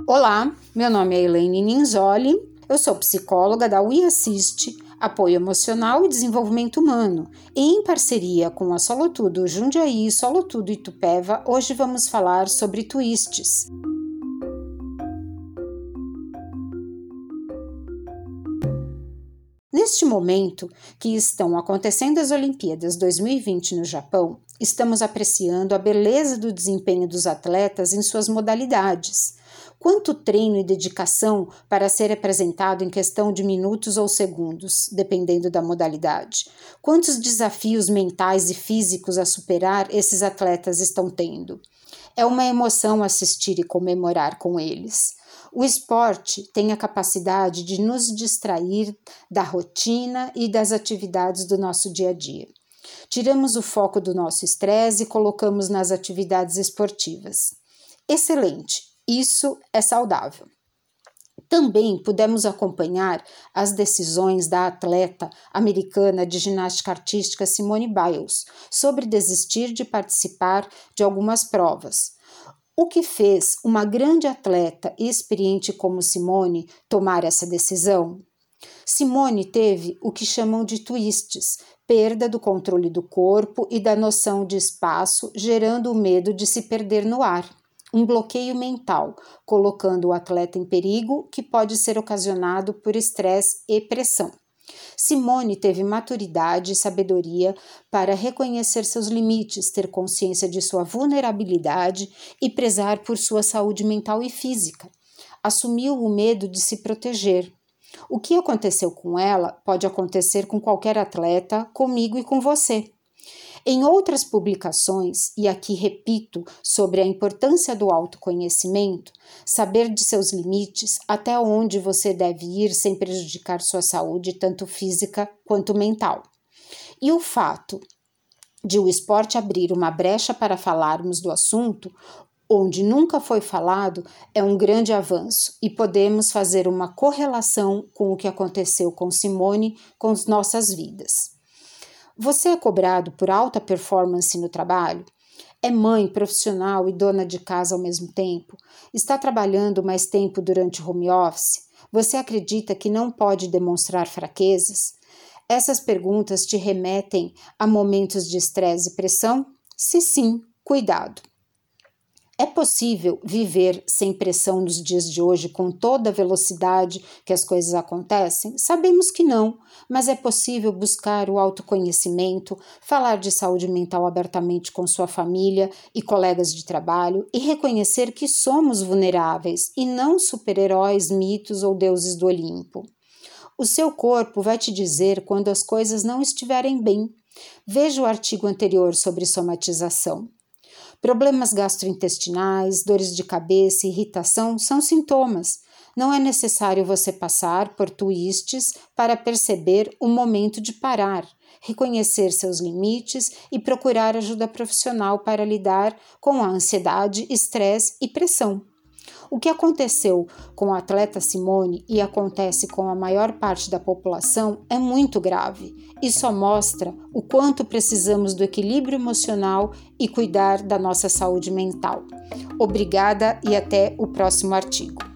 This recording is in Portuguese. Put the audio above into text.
Olá, meu nome é Elaine Ninzoli, eu sou psicóloga da We Assist, Apoio Emocional e Desenvolvimento Humano, e em parceria com a Solotudo Jundiaí, Solotudo Itupeva, hoje vamos falar sobre twists. Neste momento que estão acontecendo as Olimpíadas 2020 no Japão, estamos apreciando a beleza do desempenho dos atletas em suas modalidades. Quanto treino e dedicação para ser apresentado em questão de minutos ou segundos, dependendo da modalidade. Quantos desafios mentais e físicos a superar esses atletas estão tendo. É uma emoção assistir e comemorar com eles. O esporte tem a capacidade de nos distrair da rotina e das atividades do nosso dia a dia. Tiramos o foco do nosso estresse e colocamos nas atividades esportivas. Excelente! Isso é saudável. Também pudemos acompanhar as decisões da atleta americana de ginástica artística Simone Biles sobre desistir de participar de algumas provas. O que fez uma grande atleta e experiente como Simone tomar essa decisão? Simone teve o que chamam de twists, perda do controle do corpo e da noção de espaço, gerando o medo de se perder no ar. Um bloqueio mental, colocando o atleta em perigo, que pode ser ocasionado por estresse e pressão. Simone teve maturidade e sabedoria para reconhecer seus limites, ter consciência de sua vulnerabilidade e prezar por sua saúde mental e física. Assumiu o medo de se proteger. O que aconteceu com ela pode acontecer com qualquer atleta, comigo e com você. Em outras publicações, e aqui repito sobre a importância do autoconhecimento, saber de seus limites, até onde você deve ir sem prejudicar sua saúde, tanto física quanto mental. E o fato de o esporte abrir uma brecha para falarmos do assunto, onde nunca foi falado, é um grande avanço e podemos fazer uma correlação com o que aconteceu com Simone com as nossas vidas. Você é cobrado por alta performance no trabalho? É mãe, profissional e dona de casa ao mesmo tempo? Está trabalhando mais tempo durante o home office? Você acredita que não pode demonstrar fraquezas? Essas perguntas te remetem a momentos de estresse e pressão? Se sim, cuidado. É possível viver sem pressão nos dias de hoje com toda a velocidade que as coisas acontecem? Sabemos que não, mas é possível buscar o autoconhecimento, falar de saúde mental abertamente com sua família e colegas de trabalho e reconhecer que somos vulneráveis e não super-heróis, mitos ou deuses do Olimpo. O seu corpo vai te dizer quando as coisas não estiverem bem. Veja o artigo anterior sobre somatização. Problemas gastrointestinais, dores de cabeça e irritação são sintomas. Não é necessário você passar por twists para perceber o momento de parar, reconhecer seus limites e procurar ajuda profissional para lidar com a ansiedade, estresse e pressão. O que aconteceu com a atleta Simone e acontece com a maior parte da população é muito grave e só mostra o quanto precisamos do equilíbrio emocional e cuidar da nossa saúde mental. Obrigada e até o próximo artigo.